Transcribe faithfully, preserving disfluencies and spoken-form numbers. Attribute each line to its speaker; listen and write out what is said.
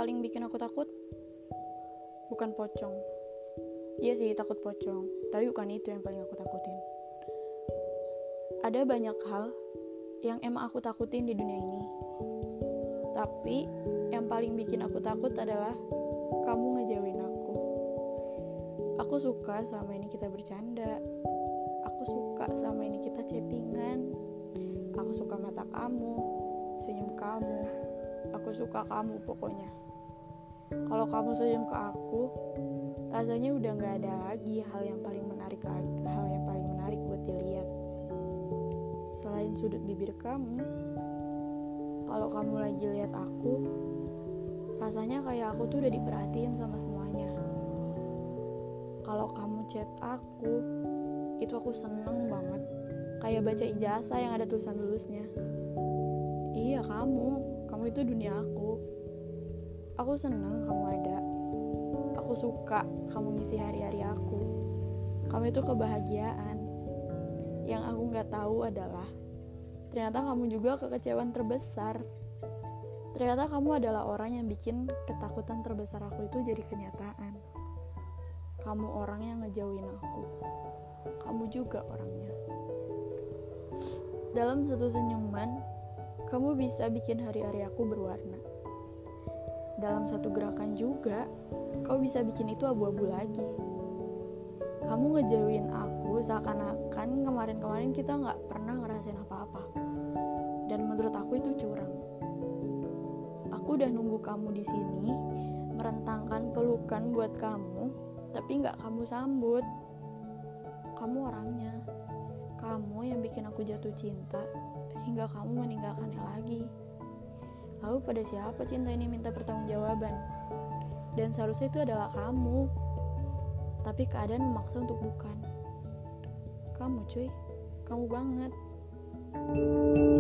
Speaker 1: paling bikin aku takut bukan pocong. Iya sih, takut pocong, tapi bukan itu yang paling aku takutin. Ada banyak hal yang emang aku takutin di dunia ini, tapi yang paling bikin aku takut adalah kamu ngejauhin aku. Aku suka sama ini kita bercanda, aku suka sama ini kita chattingan, aku suka mata kamu, senyum kamu, aku suka kamu pokoknya. Kalau kamu senyum ke aku, rasanya udah gak ada lagi hal yang paling menarik lagi, hal yang paling menarik buat dilihat. Selain sudut bibir kamu, kalau kamu lagi lihat aku, rasanya kayak aku tuh udah diperhatiin sama semuanya. Kalau kamu chat aku, itu aku seneng banget, kayak baca ijazah yang ada tulisan lulusnya. Iya, kamu, kamu itu dunia aku. Aku seneng kamu ada. Aku suka kamu ngisi hari-hari aku. Kamu itu kebahagiaan. Yang aku gak tahu adalah ternyata kamu juga kekecewaan terbesar. Ternyata kamu adalah orang yang bikin ketakutan terbesar aku itu jadi kenyataan. Kamu orang yang ngejauhin aku. Kamu juga orangnya. Dalam satu senyuman, kamu bisa bikin hari-hari aku berwarna. Dalam satu gerakan juga, kau bisa bikin itu abu-abu lagi. Kamu ngejauhin aku seakan-akan kemarin-kemarin kita gak pernah ngerasain apa-apa. Dan menurut aku itu curang. Aku udah nunggu kamu di sini, merentangkan pelukan buat kamu, tapi gak kamu sambut. Kamu orangnya. Kamu yang bikin aku jatuh cinta, hingga kamu meninggalkannya lagi. Lalu pada siapa cinta ini minta pertanggungjawaban? Dan seharusnya itu adalah kamu. Tapi keadaan memaksa untuk bukan. Kamu cuy, kamu banget.